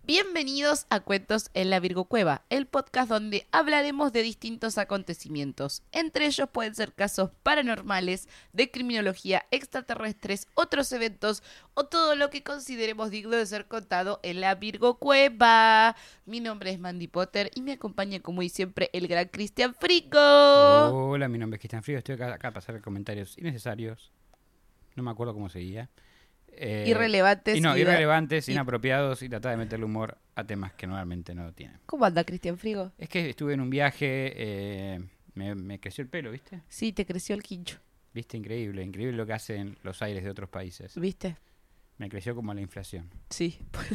Bienvenidos a Cuentos en la Virgo Cueva, el podcast donde hablaremos de distintos acontecimientos. Entre ellos pueden ser casos paranormales, de criminología, extraterrestres, otros eventos o todo lo que consideremos digno de ser contado en la Virgo Cueva. Mi nombre es Mandy Potter y me acompaña como y siempre el gran Cristian Frigo. Hola, mi nombre es Cristian Frigo, estoy acá para hacer comentarios innecesarios. No me acuerdo cómo seguía. Irrelevantes. Irrelevantes, inapropiados y tratar de meterle humor a temas que normalmente no lo tienen. ¿Cómo anda Cristian Frigo? Es que estuve en un viaje, me creció el pelo, ¿viste? Sí, te creció el quincho. ¿Viste? Increíble lo que hacen los aires de otros países. ¿Viste? Me creció como la inflación. Sí.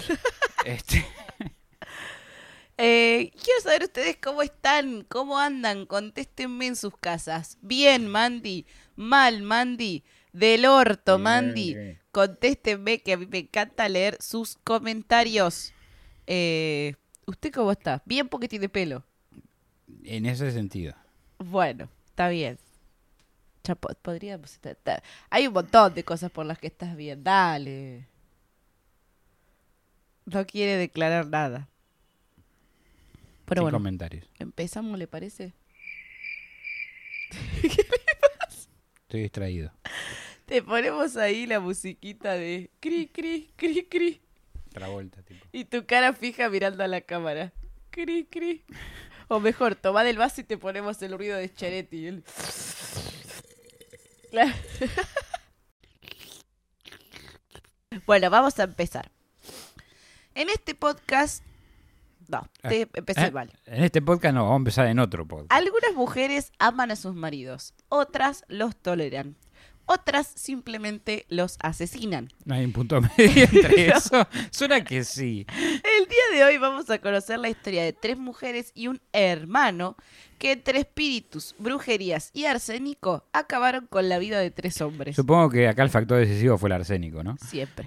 Quiero saber ustedes cómo están, cómo andan, contéstenme en sus casas. Bien, Mandy, mal, Mandy, del orto, Mandy. Bien. Contéstenme que a mí me encanta leer sus comentarios. ¿Usted cómo está? Bien porque tiene pelo. En ese sentido. Bueno, está bien. Ya podríamos estar. Hay un montón de cosas por las que estás bien. Dale. No quiere declarar nada. Pero Sin bueno, comentarios. empezamos, ¿le parece? Estoy distraído. Te ponemos ahí la musiquita de cri, cri, cri, cri. Travolta, tipo. Y tu cara fija mirando a la cámara. Cri, cri. O mejor, toma del vaso y te ponemos el ruido de Cheretti. Claro. Bueno, vamos a empezar. En este podcast... No, empecé mal. En este podcast no, vamos a empezar en otro podcast. Algunas mujeres aman a sus maridos, otras los toleran, otras simplemente los asesinan. No hay un punto medio entre eso. Suena que sí. El día de hoy vamos a conocer la historia de 3 mujeres y un hermano que entre espíritus, brujerías y arsénico acabaron con la vida de 3 hombres. Supongo que acá el factor decisivo fue el arsénico, ¿no? Siempre.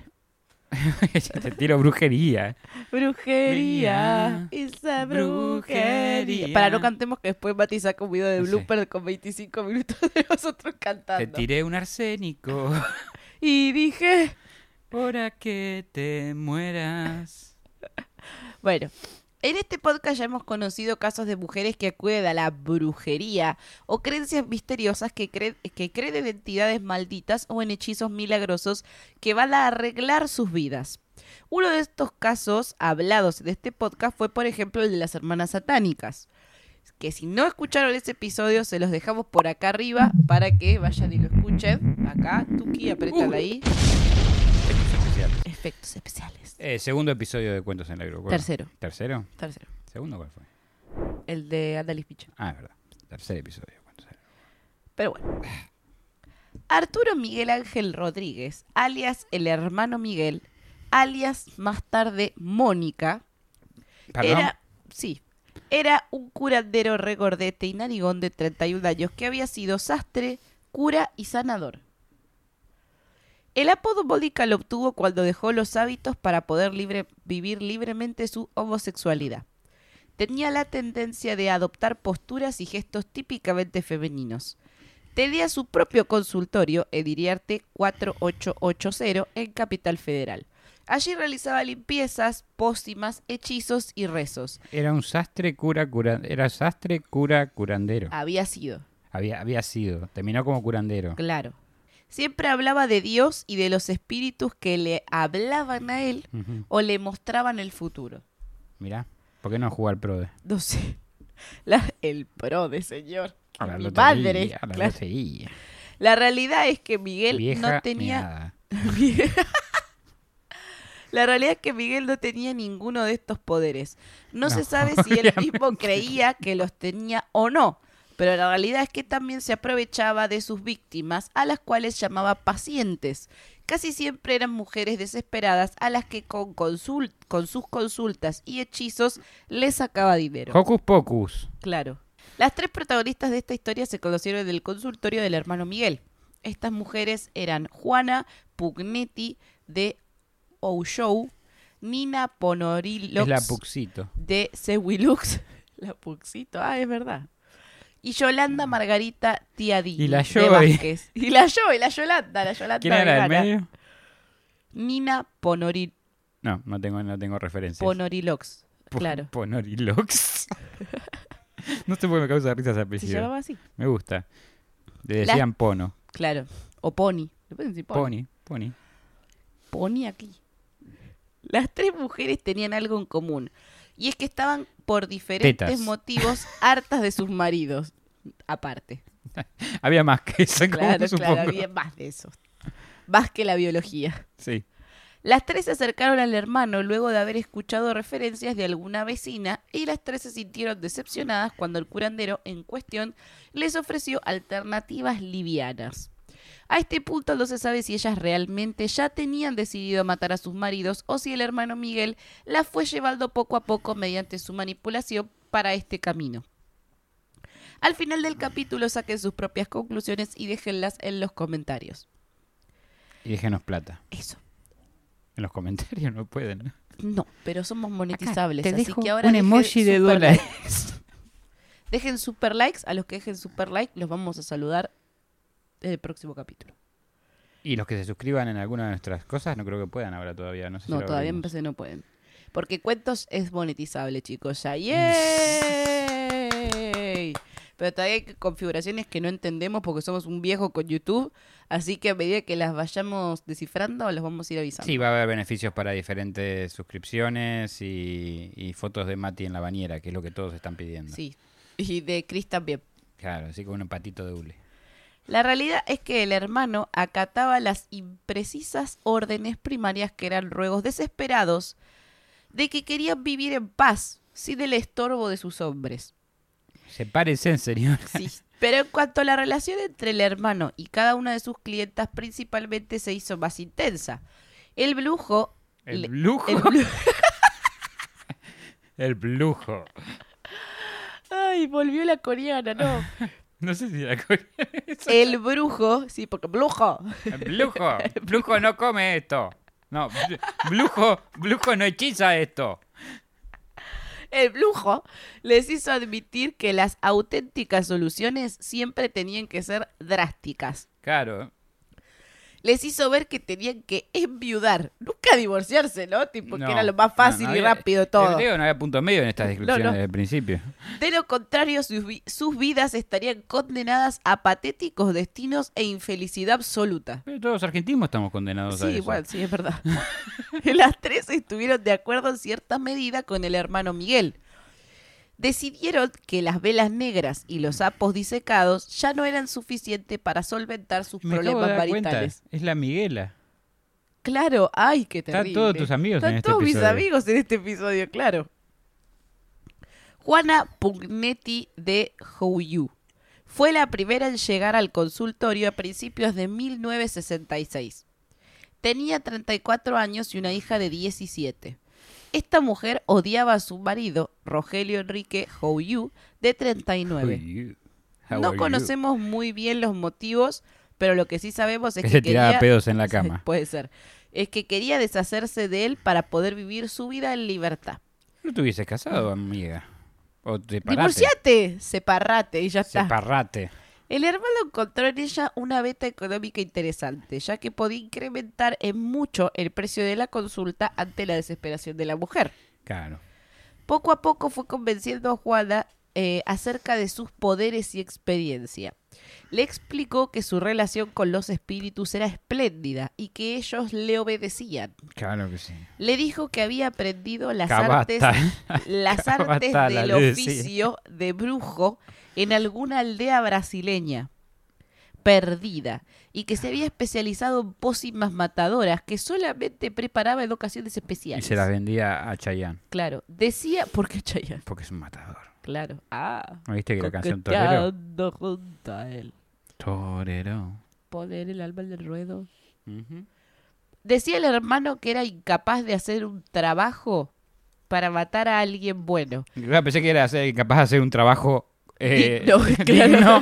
Te tiro brujería. Brujería, esa brujería. Para no cantemos que después Mati saca un video de blooper con 25 minutos de nosotros cantando. Te tiré un arsénico Y dije... para que te mueras. Bueno, en este podcast ya hemos conocido casos de mujeres que acuden a la brujería o creencias misteriosas que creen en entidades malditas o en hechizos milagrosos que van a arreglar sus vidas. Uno de estos casos hablados en este podcast fue, por ejemplo, el de las hermanas satánicas. Que si no escucharon ese episodio, se los dejamos por acá arriba para que vayan y lo escuchen. Acá, Tuki, apriétala ahí. Efectos especiales. Segundo episodio de Cuentos en la Virgo Cueva. Tercero. ¿Tercero? Tercero. ¿Segundo cuál fue? El de Andalis Picha. Ah, es verdad. Tercer episodio de Cuentos en la Virgo Cueva. Pero bueno. Arturo Miguel Ángel Rodríguez, alias el hermano Miguel, alias más tarde Mónica, ¿Perdón? era un curandero regordete y narigón de 31 años que había sido sastre, cura y sanador. El apodo Mónica lo obtuvo cuando dejó los hábitos para poder vivir libremente su homosexualidad. Tenía la tendencia de adoptar posturas y gestos típicamente femeninos. Tenía su propio consultorio en Iriarte 4880 en Capital Federal. Allí realizaba limpiezas, pócimas, hechizos y rezos. Era un sastre cura curandero. Había sido. Había sido. Terminó como curandero. Claro. Siempre hablaba de Dios y de los espíritus que le hablaban a él o le mostraban el futuro. Mirá, ¿por qué no jugar PRODE? No sé. El PRODE, señor. A la Mi lotería, madre. a la Claro. lotería. La realidad es que Miguel Vieja no tenía... meada. La realidad es que Miguel no tenía ninguno de estos poderes. No se sabe si él obviamente mismo creía que los tenía o no, pero la realidad es que también se aprovechaba de sus víctimas, a las cuales llamaba pacientes. Casi siempre eran mujeres desesperadas a las que con sus consultas y hechizos les sacaba dinero. Hocus Pocus. Claro. Las 3 protagonistas de esta historia se conocieron en el consultorio del hermano Miguel. Estas mujeres eran Juana Pugnetti de Oshou, Nina Ponorilox Es la Puxito. de Sewilux, la Puxito, es verdad, y Yolanda Margarita Tiadí Y la de Joy. Vázquez. La Yolanda ¿Quién era el vegana. medio? Nina No tengo referencias. Ponorilox, claro. Ponorilox. No sé por qué me causa risa ese Se apellido. llamaba así. Me gusta. Le decían Pono. Claro. O Pony. Le pueden decir Pony. Pony. Pony aquí. Las tres mujeres tenían algo en común. Y es que estaban por diferentes Tetas. motivos hartas de sus maridos. Aparte. Había más que eso, Claro, supongo. claro, había más de eso. Más que la biología. Sí. Las tres se acercaron al hermano luego de haber escuchado referencias de alguna vecina y las tres se sintieron decepcionadas cuando el curandero en cuestión les ofreció alternativas livianas. A este punto no se sabe si ellas realmente ya tenían decidido matar a sus maridos o si el hermano Miguel las fue llevando poco a poco mediante su manipulación para este camino. Al final del capítulo saquen sus propias conclusiones y déjenlas en los comentarios. Y déjenos plata. Eso. En los comentarios no pueden, ¿no? No, pero somos monetizables, Acá te así dejo que ahora un dejen emoji de super dólares. likes. Dejen super likes, a los que dejen super like los vamos a saludar en el próximo capítulo. Y los que se suscriban en alguna de nuestras cosas, no creo que puedan ahora todavía. No sé si No, lo todavía abrimos. empecé, no pueden. Porque Cuentos es monetizable, chicos, ya. ¡Yay! Pero todavía hay configuraciones que no entendemos porque somos un viejo con YouTube, así que a medida que las vayamos descifrando, los vamos a ir avisando. Sí, va a haber beneficios para diferentes suscripciones y fotos de Mati en la bañera, que es lo que todos están pidiendo. Sí, y de Chris también. Claro, así como un empatito de hule. La realidad es que el hermano acataba las imprecisas órdenes primarias que eran ruegos desesperados de que querían vivir en paz, sin el estorbo de sus hombres. Sepárense, señor. Sí. Pero en cuanto a la relación entre el hermano y cada una de sus clientas, principalmente se hizo más intensa. El brujo... El blujo. El blujo. Ay, volvió la coreana, no. No sé si la coreana. El brujo, sí, porque brujo. El blujo. Blujo no come esto. No, blujo no hechiza esto. El brujo les hizo admitir que las auténticas soluciones siempre tenían que ser drásticas. Claro. Les hizo ver que tenían que enviudar, nunca divorciarse, ¿no? Tipo, No, que era lo más fácil no y había- rápido todo. Creo no había punto medio en estas discusiones No. desde el principio. De lo contrario, sus vidas estarían condenadas a patéticos destinos e infelicidad absoluta. Pero todos los argentinos estamos condenados a Sí, eso. igual, sí, es verdad. Las tres estuvieron de acuerdo en cierta medida con el hermano Miguel. Decidieron que las velas negras y los sapos disecados ya no eran suficientes para solventar sus Me acabo de problemas dar cuenta. maritales. Es la Miguela. Claro, ay, qué Están terrible. todos tus amigos Están en este todos mis episodio. amigos en este episodio, claro. Juana Pugnetti de Houyu fue la primera en llegar al consultorio a principios de 1966. Tenía 34 años y una hija de 17. Esta mujer odiaba a su marido, Rogelio Enrique Houyu, de 39. No conocemos muy bien los motivos, pero lo que sí sabemos es Que que se tiraba quería... pedos en la cama. Puede ser. Es que quería deshacerse de él para poder vivir su vida en libertad. No te hubieses casado, amiga. O te paraste. ¡Divorciate! Separate y ya está. Separate. El hermano encontró en ella una beta económica interesante, ya que podía incrementar en mucho el precio de la consulta ante la desesperación de la mujer. Claro. Poco a poco fue convenciendo a Juana acerca de sus poderes y experiencia. Le explicó que su relación con los espíritus era espléndida y que ellos le obedecían. Claro que sí. Le dijo que había aprendido las Cabata. artes Cabatala, del le decía. oficio de brujo en alguna aldea brasileña perdida y que se había especializado en pócimas matadoras que solamente preparaba en ocasiones Y especiales. se las vendía a Chayanne. Claro, decía, ¿por qué Chayanne? Porque es un matador. Claro, ¿No viste que la canción Torero? coqueteando junto a él, Torero. poner el alma en el ruedo. Ujú. Decía el hermano que era incapaz de hacer un trabajo para matar a alguien bueno. Yo pensé que era capaz de hacer un trabajo Digno, claro. digno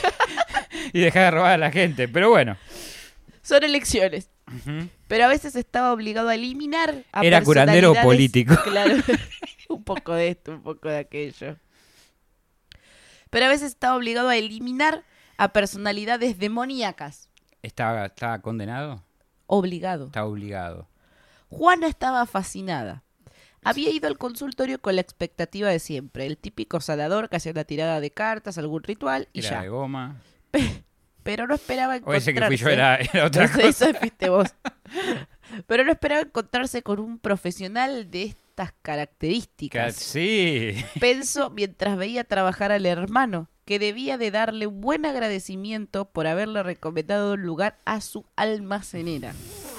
y dejar de robar a la gente. Pero bueno. Son elecciones. Ujú. Pero a veces estaba obligado a eliminar a Era curandero personalidades- político. Claro, un poco de esto, un poco de aquello. Pero a veces estaba obligado a eliminar a personalidades demoníacas. ¿Estaba condenado? Obligado. Está obligado. Juana estaba fascinada. Había ido al consultorio con la expectativa de siempre, el típico sanador que hacía una tirada de cartas, algún ritual y Era ya. de goma. Pero no esperaba O encontrarse... ese que fui yo era otra cosa. Eso fuiste vos. Pero no esperaba encontrarse con un profesional de estas características. Sí. Pensó mientras veía trabajar al hermano, que debía de darle un buen agradecimiento por haberle recomendado un lugar a su almacenera.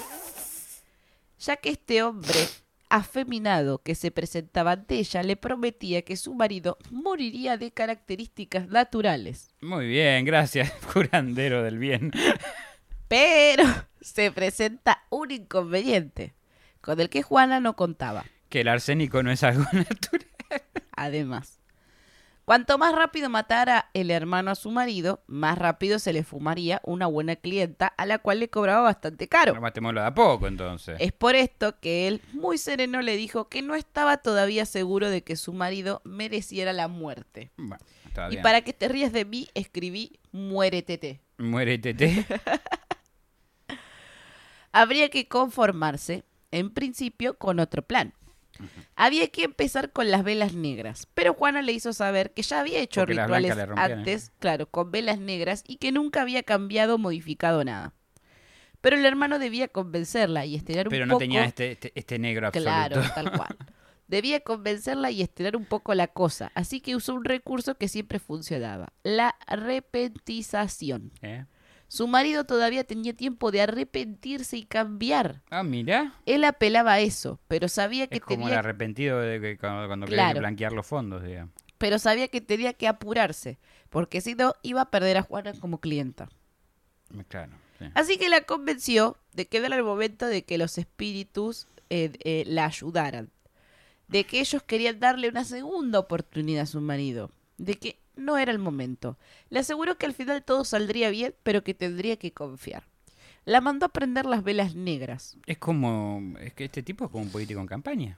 Ya que este hombre afeminado que se presentaba ante ella le prometía que su marido moriría de características naturales. Muy bien, gracias, curandero del bien. Pero se presenta un inconveniente, con el que Juana no contaba. Que el arsénico no es algo natural. Además, cuanto más rápido matara el hermano a su marido, más rápido se le fumaría una buena clienta a la cual le cobraba bastante caro. No matémoslo de a poco, entonces. Es por esto que él, muy sereno, le dijo que no estaba todavía seguro de que su marido mereciera la muerte. Bueno, está Y bien. para que te rías de mí, escribí muéretete. Muéretete. Habría que conformarse, en principio, con otro plan. Había que empezar con las velas negras, pero Juana le hizo saber que ya había hecho Porque las rituales blancas le rompían, antes, claro, con velas negras y que nunca había cambiado o modificado nada. Pero el hermano debía convencerla y estirar Pero un no poco... tenía este negro absoluto. Claro, tal cual. Debía convencerla y estirar un poco la cosa, así que usó un recurso que siempre funcionaba, la repentización. ¿Eh? Su marido todavía tenía tiempo de arrepentirse y cambiar. Ah, mira. Él apelaba a eso, pero sabía que Es como el arrepentido de que cuando quería Claro. blanquear los fondos, digamos. pero sabía que tenía que apurarse, porque si no iba a perder a Juana como clienta. Claro, sí. Así que la convenció de que era el momento de que los espíritus la ayudaran, de que ellos querían darle una segunda oportunidad a su marido, de que no era el momento. Le aseguró que al final todo saldría bien, pero que tendría que confiar. La mandó a prender las velas negras. Es que este tipo es como un político en campaña.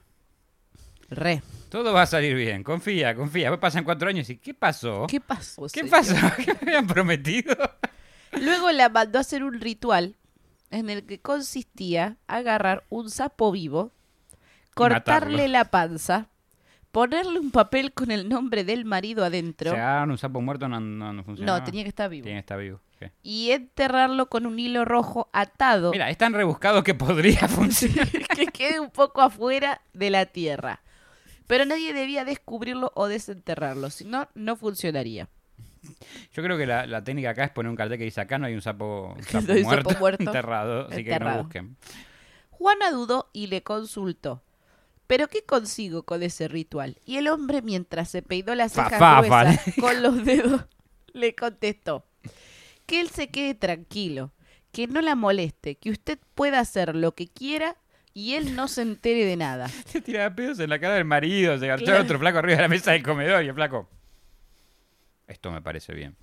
Re. Todo va a salir bien, confía. Después pasan 4 años y ¿qué pasó? ¿Qué pasó? ¿Qué señor? pasó? ¿Qué me habían prometido? Luego la mandó a hacer un ritual en el que consistía agarrar un sapo vivo, cortarle matarlo. la panza, ponerle un papel con el nombre del marido adentro. Se agarran un sapo muerto, no funciona. No, tenía que estar vivo. Tiene que estar vivo. Ok. Y enterrarlo con un hilo rojo atado Mira, es tan rebuscado que podría funcionar. que quede un poco afuera de la tierra. Pero nadie debía descubrirlo o desenterrarlo, si no, no funcionaría. Yo creo que la técnica acá es poner un cartel que dice acá no hay un sapo, No hay un sapo muerto. enterrado, así que Enterrado. no busquen. Juana dudó y le consultó. ¿Pero qué consigo con ese ritual? Y el hombre, mientras se peinó las cejas gruesas con los dedos, le contestó que él se quede tranquilo, que no la moleste, que usted pueda hacer lo que quiera y él no se entere de nada. Se tiraba pedos en la cara del marido, se garchaba Claro. otro flaco arriba de la mesa del comedor y el flaco. Esto me parece bien.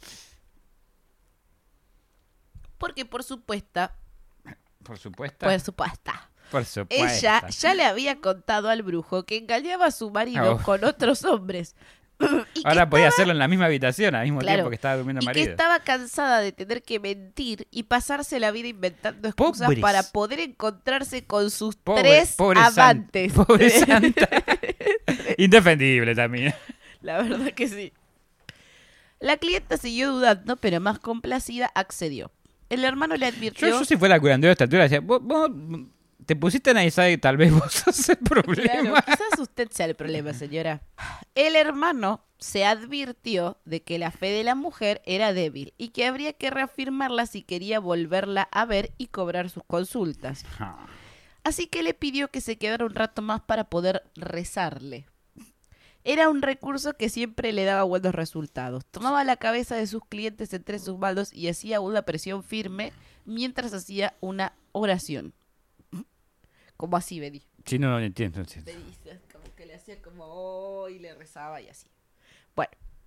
Porque por supuesto, Por supuesto. Por supuesto, Por supuesto. ella ya le había contado al brujo que engañaba a su marido Oh. con otros hombres. Y que Ahora podía hacerlo en la misma habitación al mismo Claro. tiempo que estaba durmiendo el Y que marido. estaba cansada de tener que mentir y pasarse la vida inventando excusas Pobres. para poder encontrarse con sus Pobre- tres pobre amantes. Pobre santa. Indefendible también. La verdad que sí. La clienta siguió dudando, pero más complacida accedió. El hermano le advirtió... Yo si fuera curandero a esta altura, decía, vos te pusiste a analizar y tal vez vos sos el problema. Claro, quizás usted sea el problema, señora. El hermano se advirtió de que la fe de la mujer era débil y que habría que reafirmarla si quería volverla a ver y cobrar sus consultas. Ah, Así que le pidió que se quedara un rato más para poder rezarle. Era un recurso que siempre le daba buenos resultados. Tomaba la cabeza de sus clientes entre sus manos y hacía una presión firme mientras hacía una oración. Como así, Bedi. Sí, no entiendo. Como que le hacía como oh, y le rezaba y así. Bueno.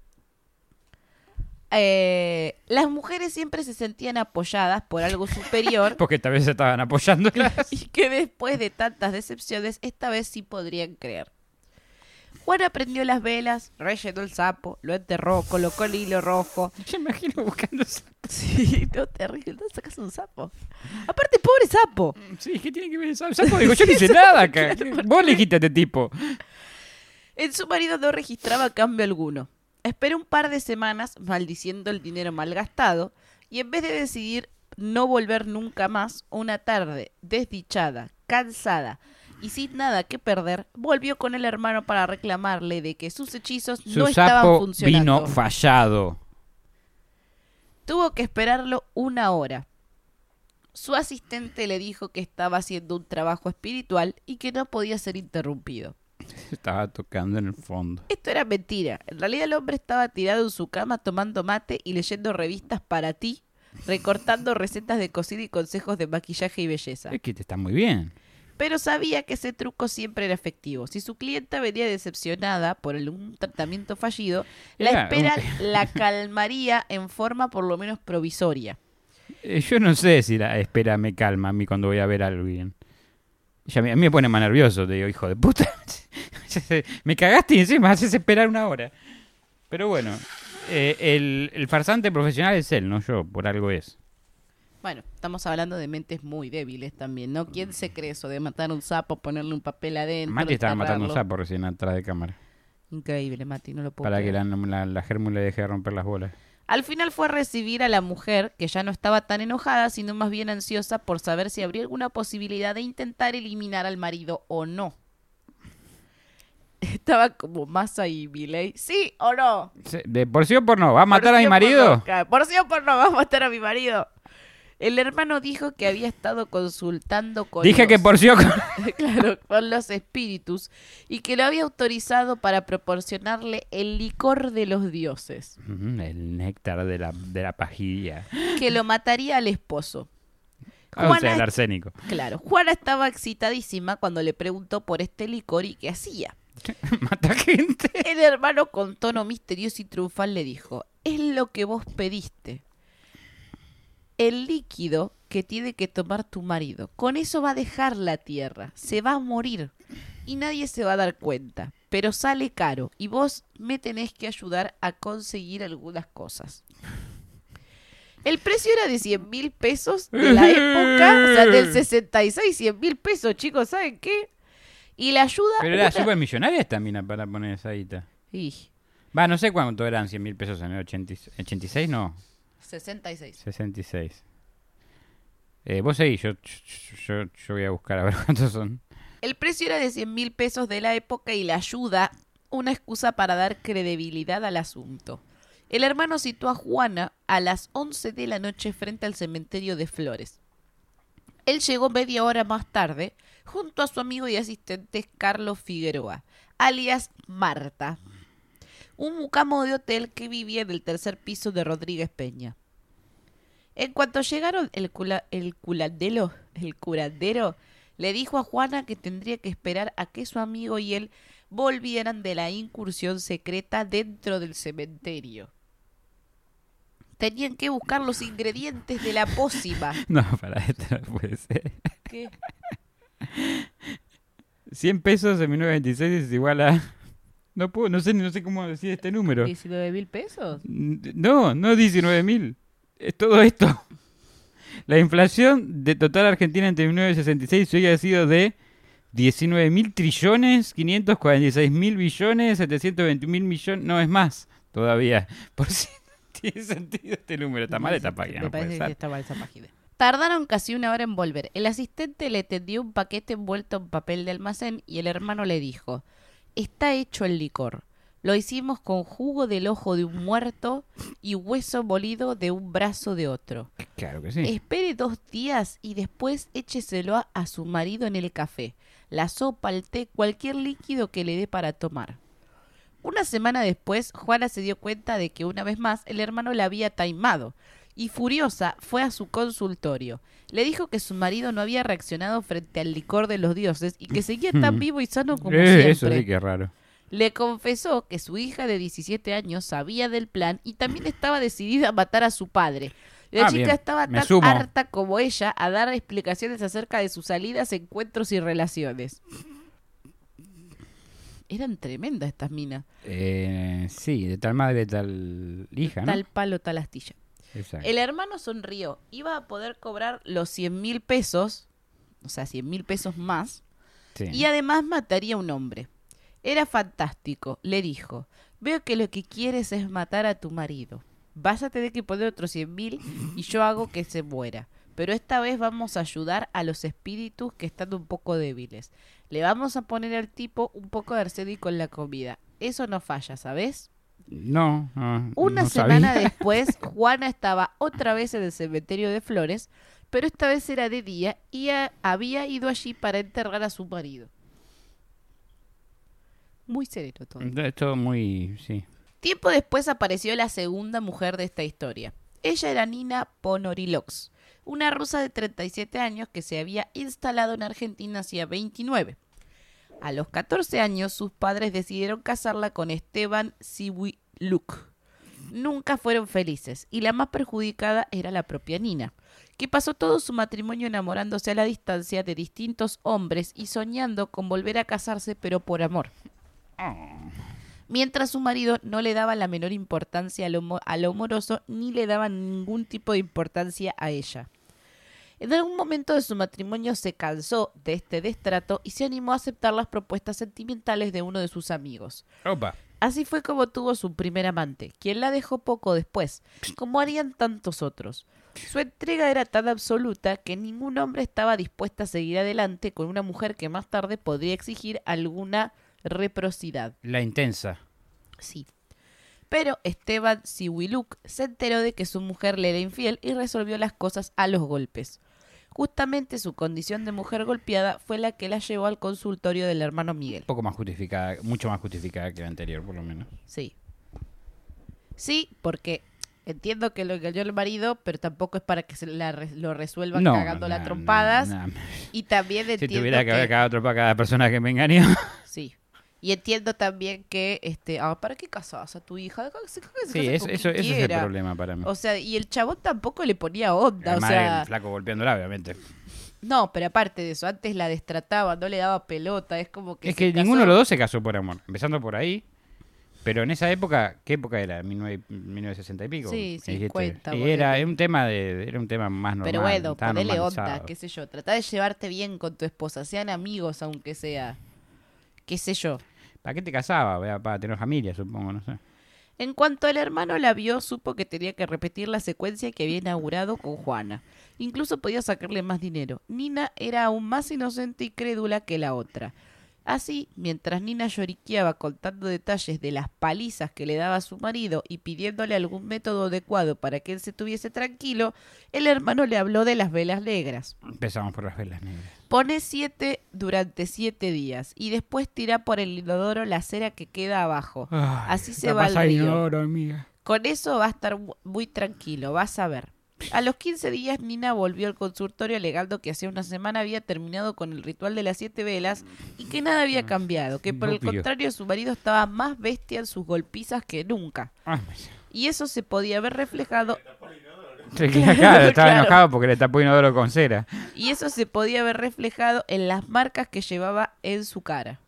Las mujeres siempre se sentían apoyadas por algo superior Porque tal vez se estaban apoyando. y que después de tantas decepciones, esta vez sí podrían creer. Juana prendió las velas, rellenó el sapo, lo enterró, colocó el hilo rojo. Yo me imagino buscando sapos. Sí, no, terrible, ¿dónde sacas un sapo? Aparte, pobre sapo. Sí, ¿qué tiene que ver el sapo? Sapo, digo, yo no hice nada acá. Claro, Vos le dijiste a este tipo. Su marido no registraba cambio alguno. Esperó un par de semanas maldiciendo el dinero malgastado y en vez de decidir no volver nunca más, una tarde, desdichada, cansada y sin nada que perder, volvió con el hermano para reclamarle de que sus hechizos Su no estaban sapo funcionando. vino fallado. Tuvo que esperarlo 1 hora. Su asistente le dijo que estaba haciendo un trabajo espiritual y que no podía ser interrumpido. Estaba tocando en el fondo. Esto era mentira. En realidad el hombre estaba tirado en su cama tomando mate y leyendo revistas para ti, recortando recetas de cocina y consejos de maquillaje y belleza. Es que te está muy bien. Pero sabía que ese truco siempre era efectivo. Si su clienta venía decepcionada por un tratamiento fallido, la Era espera la calmaría en forma por lo menos provisoria. Yo no sé si la espera me calma a mí cuando voy a ver a alguien. Y a mí me pone más nervioso, te digo, hijo de puta. Me cagaste y encima haces esperar 1 hora. Pero bueno, el farsante profesional es él, no yo, por algo es. Bueno, estamos hablando de mentes muy débiles también, ¿no? ¿Quién se cree eso de matar un sapo, ponerle un papel adentro? Mati estaba matando un enterrarlo? sapo recién atrás de cámara. Increíble, Mati, no lo puedo Para que creer. la germu le deje de romper las bolas. Al final fue a recibir a la mujer, que ya no estaba tan enojada, sino más bien ansiosa por saber si habría alguna posibilidad de intentar eliminar al marido o no. Estaba como Massa y Milei. ¿Sí o no? ¿De por sí o por no? ¿Va a matar a mi marido? Por sí o por no, va a matar a mi marido. El hermano dijo que había estado consultando con Dije los- que por sí o con... claro, con los espíritus y que lo había autorizado para proporcionarle el licor de los dioses, El néctar de la pajilla. que lo mataría al esposo. O sea, el arsénico. Claro, Juana estaba excitadísima cuando le preguntó por este licor y qué hacía. Mata gente. El hermano con tono misterioso y triunfal le dijo, es lo que vos pediste. El líquido que tiene que tomar tu marido. Con eso va a dejar la tierra. Se va a morir. Y nadie se va a dar cuenta. Pero sale caro. Y vos me tenés que ayudar a conseguir algunas cosas. El precio era de 100.000 pesos de la época. O sea, del 66, 100.000 pesos, chicos. ¿Saben qué? Y la ayuda... Pero era súper millonaria esta mina para poner esa guita. Y Va, no sé cuánto eran 100.000 pesos en el 86, no. 66. 66. Vos seguís, yo voy a buscar a ver cuántos son. El precio era de 100.000 pesos de la época y la ayuda una excusa para dar credibilidad al asunto. El hermano citó a Juana a las 11 de la noche frente al cementerio de Flores. Él llegó media hora más tarde junto a su amigo y asistente Carlos Figueroa, alias Marta, un mucamo de hotel que vivía en el 3er piso de Rodríguez Peña. En cuanto llegaron, el curandero le dijo a Juana que tendría que esperar a que su amigo y él volvieran de la incursión secreta dentro del cementerio. Tenían que buscar los ingredientes de la pócima. No, para esto no puede ser. ¿Qué? 100 pesos en 1926 es igual a... No sé cómo decir este número. ¿19.000 pesos? No 19.000. Es todo esto. La inflación de total argentina entre 1966 hoy ha sido de 19.000 trillones, 546.000 billones, 721.000 millones. No, es más todavía. Por si tiene sentido este número. Está mal esta página. Me No puede parece que ser. está mal esa página. Tardaron casi 1 hora en volver. El asistente le tendió un paquete envuelto en papel de almacén y el hermano le dijo, está hecho el licor. Lo hicimos con jugo del ojo de un muerto y hueso molido de un brazo de otro. Claro que sí. Espere 2 días y después écheselo a su marido en el café, la sopa, el té, cualquier líquido que le dé para tomar. Una semana después, Juana se dio cuenta de que una vez más el hermano la había taimado y furiosa fue a su consultorio. Le dijo que su marido no había reaccionado frente al licor de los dioses y que seguía tan vivo y sano como siempre. Eso sí que es raro. Le confesó que su hija de 17 años sabía del plan y también estaba decidida a matar a su padre. La chica Bien, estaba me tan sumo. harta como ella a dar explicaciones acerca de sus salidas, encuentros y relaciones. Eran tremendas estas minas. Sí, de tal madre, tal hija, ¿no? Tal palo, tal astilla. Exacto. El hermano sonrió. Iba a poder cobrar los 100.000 pesos, o sea, 100.000 pesos más, Sí. y además mataría a un hombre. Era fantástico, le dijo. Veo que lo que quieres es matar a tu marido. Vas a tener que poner otros 100.000 y yo hago que se muera. Pero esta vez vamos a ayudar a los espíritus que están un poco débiles. Le vamos a poner al tipo un poco de arsénico en la comida. Eso no falla, ¿sabes? No, Una no semana sabía. después, Juana estaba otra vez en el cementerio de Flores, pero esta vez era de día y había ido allí para enterrar a su marido. Muy sereno todo. Es todo muy, sí. Tiempo después apareció la segunda mujer de esta historia. Ella era Nina Ponorilox, una rusa de 37 años que se había instalado en Argentina hacía 29. A los 14 años, sus padres decidieron casarla con Esteban Siwiluk. Nunca fueron felices, y la más perjudicada era la propia Nina, que pasó todo su matrimonio enamorándose a la distancia de distintos hombres y soñando con volver a casarse, pero por amor. Mientras su marido no le daba la menor importancia a lo amoroso, ni le daba ningún tipo de importancia a ella. En algún momento de su matrimonio se cansó de este destrato y se animó a aceptar las propuestas sentimentales de uno de sus amigos. Opa. Así fue como tuvo su primer amante, quien la dejó poco después, como harían tantos otros. Su entrega era tan absoluta que ningún hombre estaba dispuesto a seguir adelante con una mujer que más tarde podría exigir alguna reciprocidad. La intensa. Sí. Pero Esteban Siwiluk se enteró de que su mujer le era infiel y resolvió las cosas a los golpes. Justamente su condición de mujer golpeada fue la que la llevó al consultorio del hermano Miguel. Un poco más justificada, mucho más justificada que la anterior, por lo menos. Sí. Sí, porque entiendo que lo engañó el marido, pero tampoco es para que lo resuelvan cagándola a trompadas. no. Y también Si entiendo tuviera que haber cagado tropa a cada persona que me engañó. Sí. Y entiendo también que, ¿para qué casas a tu hija? Sí, eso es el problema para mí. O sea, y el chabón tampoco le ponía onda, Además, o sea... el flaco golpeándola, obviamente. No, pero aparte de eso, antes la destrataba, no le daba pelota, es como que... Es que ninguno de los dos se casó por amor, empezando por ahí. Pero en esa época, ¿qué época era? ¿1960 y pico? Sí, Me dijiste. 50. Y era un tema más normal. Pero bueno, estaba ponele onda, normalizado. qué sé yo. Trata de llevarte bien con tu esposa, sean amigos aunque sea, qué sé yo. ¿Para qué te casaba? Para tener familia, supongo, no sé. En cuanto el hermano la vio, supo que tenía que repetir la secuencia que había inaugurado con Juana. Incluso podía sacarle más dinero. Nina era aún más inocente y crédula que la otra. Así, mientras Nina lloriqueaba contando detalles de las palizas que le daba a su marido y pidiéndole algún método adecuado para que él se tuviese tranquilo, el hermano le habló de las velas negras. Empezamos por las velas negras. Pone 7 durante 7 días y después tira por el inodoro la cera que queda abajo. Así se va al río. Amiga. Con eso va a estar muy tranquilo, vas a ver. A los 15 días Nina volvió al consultorio alegando que hacía una semana había terminado con el ritual de las 7 velas y que nada había cambiado, que por el Obvio. contrario su marido estaba más bestia en sus golpizas que nunca. Y eso se podía ver reflejado Claro, estaba Claro. enojado porque le tapó inodoro con cera. y eso se podía ver reflejado en las marcas que llevaba en su cara.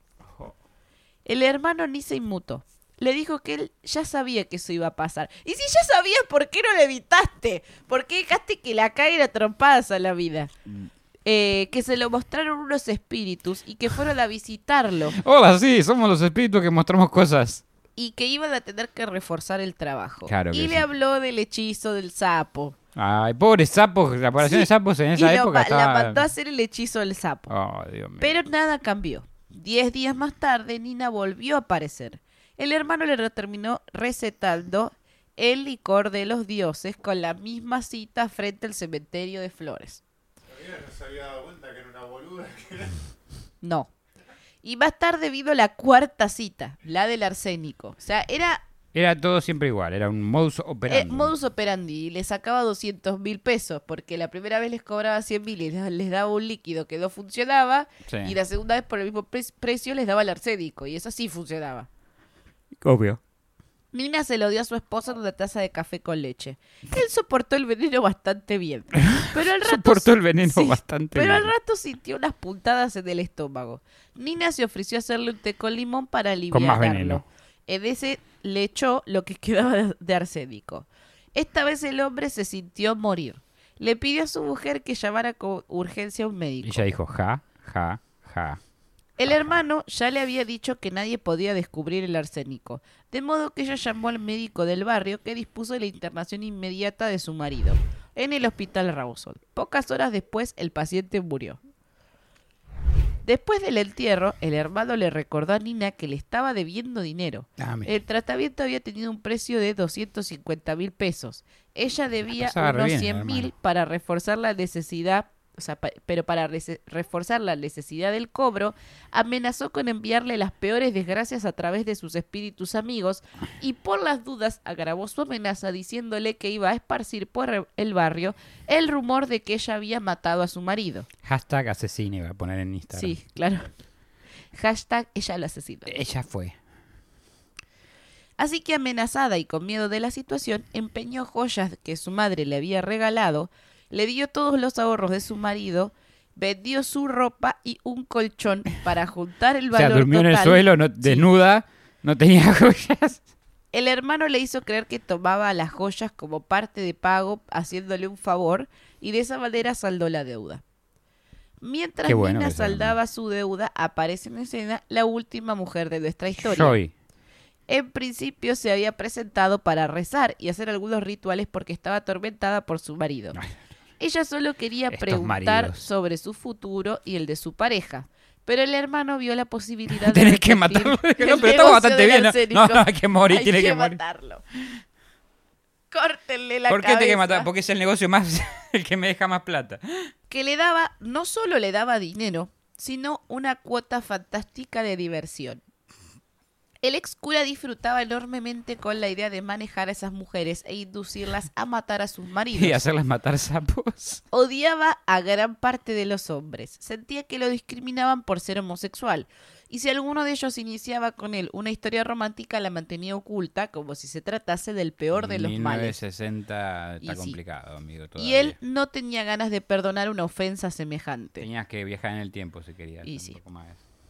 El hermano ni se inmutó. Le dijo que él ya sabía que eso iba a pasar. Y si ya sabías, ¿por qué no lo evitaste? ¿Por qué dejaste que la caiga trompadas a la vida? Que se lo mostraron unos espíritus y que fueron a visitarlo Hola, sí, somos los espíritus que mostramos cosas. y que iban a tener que reforzar el trabajo. Claro que y le sí. habló del hechizo del sapo. Ay, pobres sapos, la población Sí, de sapos en esa y época la estaba... mandó a hacer el hechizo del sapo. Oh, Dios mío. Pero nada cambió. 10 días más tarde, Nina volvió a aparecer. El hermano le terminó recetando el licor de los dioses con la misma cita frente al cementerio de Flores. No se había dado cuenta que era una boluda. No. Y más tarde vino la cuarta cita, la del arsénico. O sea, era Era todo siempre igual, era un modus operandi. modus operandi. Y le sacaba 200.000 pesos porque la primera vez les cobraba 100.000 y les daba un líquido que no funcionaba. Sí. Y la segunda vez por el mismo precio les daba el arsénico. Y eso sí funcionaba. Obvio. Nina se lo dio a su esposa en una taza de café con leche. Él soportó el veneno bastante bien. Pero al rato Soportó el veneno sí, bastante pero bien. al rato sintió unas puntadas en el estómago. Nina se ofreció a hacerle un té con limón para aliviarlo. Con más veneno. En ese le echó lo que quedaba de arsénico. Esta vez el hombre se sintió morir. Le pidió a su mujer que llamara con urgencia a un médico. Y ella dijo, ja, ja, ja. El hermano ya le había dicho que nadie podía descubrir el arsénico, de modo que ella llamó al médico del barrio que dispuso de la internación inmediata de su marido en el hospital Rawson. Pocas horas después el paciente murió. Después del entierro, el hermano le recordó a Nina que le estaba debiendo dinero. El tratamiento había tenido un precio de 250.000 pesos. Ella debía pasaba re unos bien, 100.000 hermano. para reforzar la necesidad, pero para reforzar la necesidad del cobro, amenazó con enviarle las peores desgracias a través de sus espíritus amigos y por las dudas agravó su amenaza diciéndole que iba a esparcir por el barrio el rumor de que ella había matado a su marido. Hashtag asesina iba a poner en Instagram. Sí, claro. Hashtag ella lo asesinó. Ella fue. Así que amenazada y con miedo de la situación, empeñó joyas que su madre le había regalado, le dio todos los ahorros de su marido, vendió su ropa y un colchón para juntar el O valor sea, durmió total. en el suelo, desnuda, no tenía joyas. El hermano le hizo creer que tomaba las joyas como parte de pago, haciéndole un favor, y de esa manera saldó la deuda. Mientras Qué bueno Nina que sea, saldaba su deuda, aparece en escena la última mujer de nuestra historia. Joy. En principio se había presentado para rezar y hacer algunos rituales porque estaba atormentada por su marido. Ay, Ella solo quería Estos preguntar maridos. sobre su futuro y el de su pareja. Pero el hermano vio la posibilidad de Tenés que repetir matarlo. el No, pero estamos negocio bastante del bien. ¿no? arsénico. No, hay que morir, Hay tiene que morir. matarlo. Córtenle la ¿Por qué cabeza. tiene que matar? Porque es el negocio más, el que me deja más plata. Que le daba, no solo le daba dinero, sino una cuota fantástica de diversión. El ex cura disfrutaba enormemente con la idea de manejar a esas mujeres e inducirlas a matar a sus maridos. Y hacerlas matar sapos. Odiaba a gran parte de los hombres. Sentía que lo discriminaban por ser homosexual. Y si alguno de ellos iniciaba con él una historia romántica, la mantenía oculta como si se tratase del peor de los males. 1960 está Y sí. complicado, amigo. Y Todavía. él no tenía ganas de perdonar una ofensa semejante. Tenías que viajar en el tiempo si querías. Y un sí. poco más.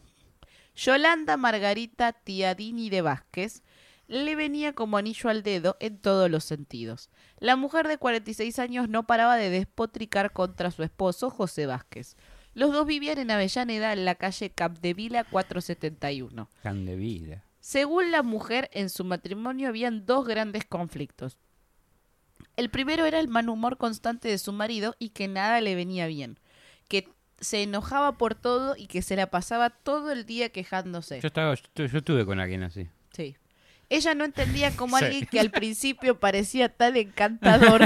Yolanda Margarita Tiadini de Vázquez le venía como anillo al dedo en todos los sentidos. La mujer de 46 años no paraba de despotricar contra su esposo, José Vázquez. Los dos vivían en Avellaneda, en la calle Capdevila 471. Can de vida. Según la mujer, en su matrimonio habían dos grandes conflictos. El primero era el mal humor constante de su marido y que nada le venía bien, que se enojaba por todo y que se la pasaba todo el día quejándose. Yo estuve con alguien así. Sí. Ella no entendía cómo Sí. alguien que al principio parecía tan encantador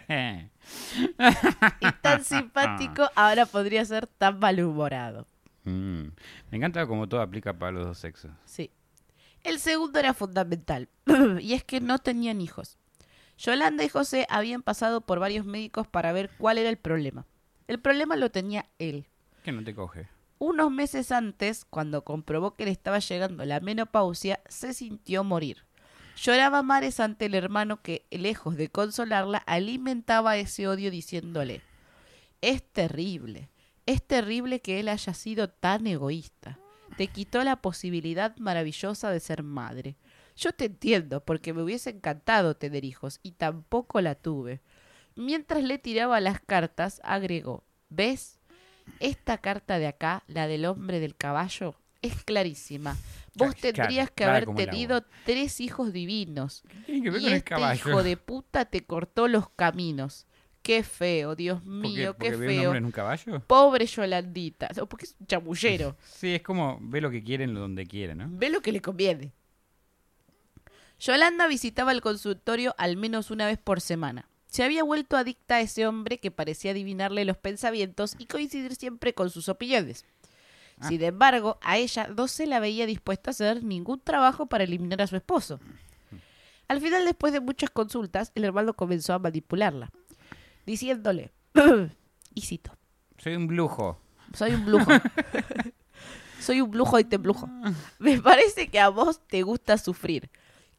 y tan simpático ahora podría ser tan malhumorado. Me encanta cómo todo aplica para los dos sexos. Sí. El segundo era fundamental, y es que no tenían hijos. Yolanda y José habían pasado por varios médicos para ver cuál era el problema. El problema lo tenía él. Que no te coge. Unos meses antes, cuando comprobó que le estaba llegando la menopausia, se sintió morir. Lloraba a mares ante el hermano que, lejos de consolarla, alimentaba ese odio diciéndole: es terrible que él haya sido tan egoísta. Te quitó la posibilidad maravillosa de ser madre. Yo te entiendo, porque me hubiese encantado tener hijos, y tampoco la tuve. Mientras le tiraba las cartas, agregó: ¿ves? Esta carta de acá, la del hombre del caballo, es clarísima. Vos tendrías que clara haber como el tenido agua. 3 hijos divinos. ¿Qué tiene que ver Y con el este caballo? hijo de puta te cortó los caminos. Qué feo, Dios ¿Por mío, qué? qué ¿Porque ve un feo. hombre en un caballo? Pobre Yolandita. O porque es un chamullero. Sí, es como ve lo que quieren donde quieren, ¿no? Ve lo que le conviene. Yolanda visitaba el consultorio al menos una vez por semana. Se había vuelto adicta a ese hombre que parecía adivinarle los pensamientos y coincidir siempre con sus opiniones. Ah. Sin embargo, a ella no se la veía dispuesta a hacer ningún trabajo para eliminar a su esposo. Al final, después de muchas consultas, el hermano comenzó a manipularla, diciéndole: y cito, Soy un brujo. soy un brujo. Soy un brujo y te embrujo. Me parece que a vos te gusta sufrir.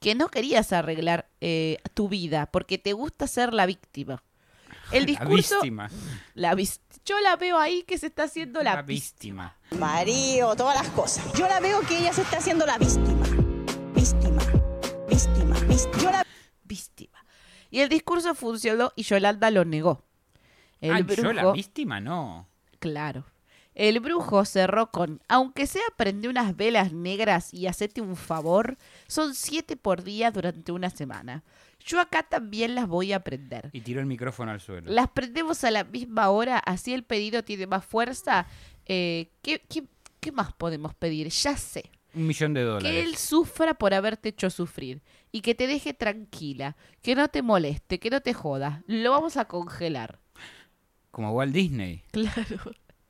que no querías arreglar tu vida porque te gusta ser la víctima. El discurso... La víctima. Yo la veo ahí que se está haciendo la víctima. Marido, todas las cosas. Yo la veo que ella se está haciendo la víctima. Víctima. Yo la... víctima. Y el discurso funcionó y Yolanda lo negó. Yo la víctima no. Claro. El brujo cerró con, aunque sea prende unas velas negras y hacete un favor, son 7 por día durante una semana. Yo acá también las voy a prender. Y tiró el micrófono al suelo. Las prendemos a la misma hora, así el pedido tiene más fuerza. ¿Qué más podemos pedir? Ya sé. $1.000.000. Que él sufra por haberte hecho sufrir. Y que te deje tranquila. Que no te moleste, que no te joda. Lo vamos a congelar. Como Walt Disney. Claro.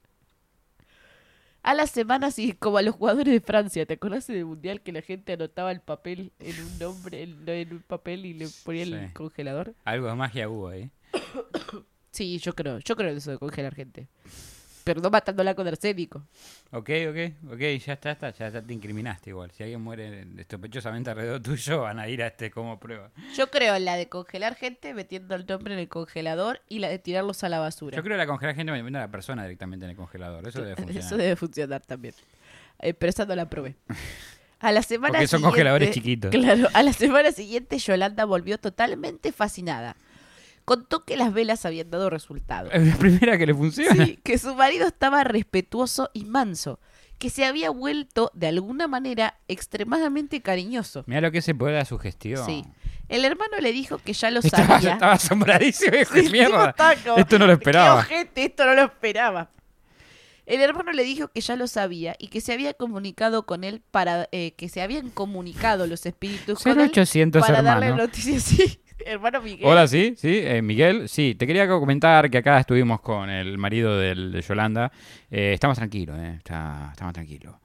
A la semana, sí, como a los jugadores de Francia. ¿Te acuerdas del mundial que la gente anotaba el papel en un nombre, en un papel y le ponía el congelador? Algo de magia hubo ahí. Sí, yo creo en eso de congelar gente. Pero no matándola con arsénico. Ok, ya está, ya te incriminaste igual. Si alguien muere sospechosamente alrededor tuyo, van a ir a como prueba. Yo creo en la de congelar gente metiendo el nombre en el congelador y la de tirarlos a la basura. Yo creo en la de congelar gente metiendo a la persona directamente en el congelador. Eso debe funcionar. Eso debe funcionar también. Pero esa no la probé. A la semana Porque son siguiente, congeladores chiquitos. Claro, a la semana siguiente Yolanda volvió totalmente fascinada. Contó que las velas habían dado resultado. Es la primera que le funciona. Sí, que su marido estaba respetuoso y manso, que se había vuelto de alguna manera extremadamente cariñoso. Mira lo que es el poder de la sugestión. Sí. El hermano le dijo que ya lo Estaba sabía. asombradísimo. Dijo, Sí, mierda. estaba como, Esto no lo esperaba. "Qué ojete, esto no lo esperaba". El hermano le dijo que ya lo sabía y que se había comunicado con él para que se habían comunicado los espíritus con él 0800 para darle hermano. noticias. Sí, hermano Miguel. Hola, sí, Miguel. Sí, te quería comentar que acá estuvimos con el marido de Yolanda. Estamos tranquilos, estamos tranquilos.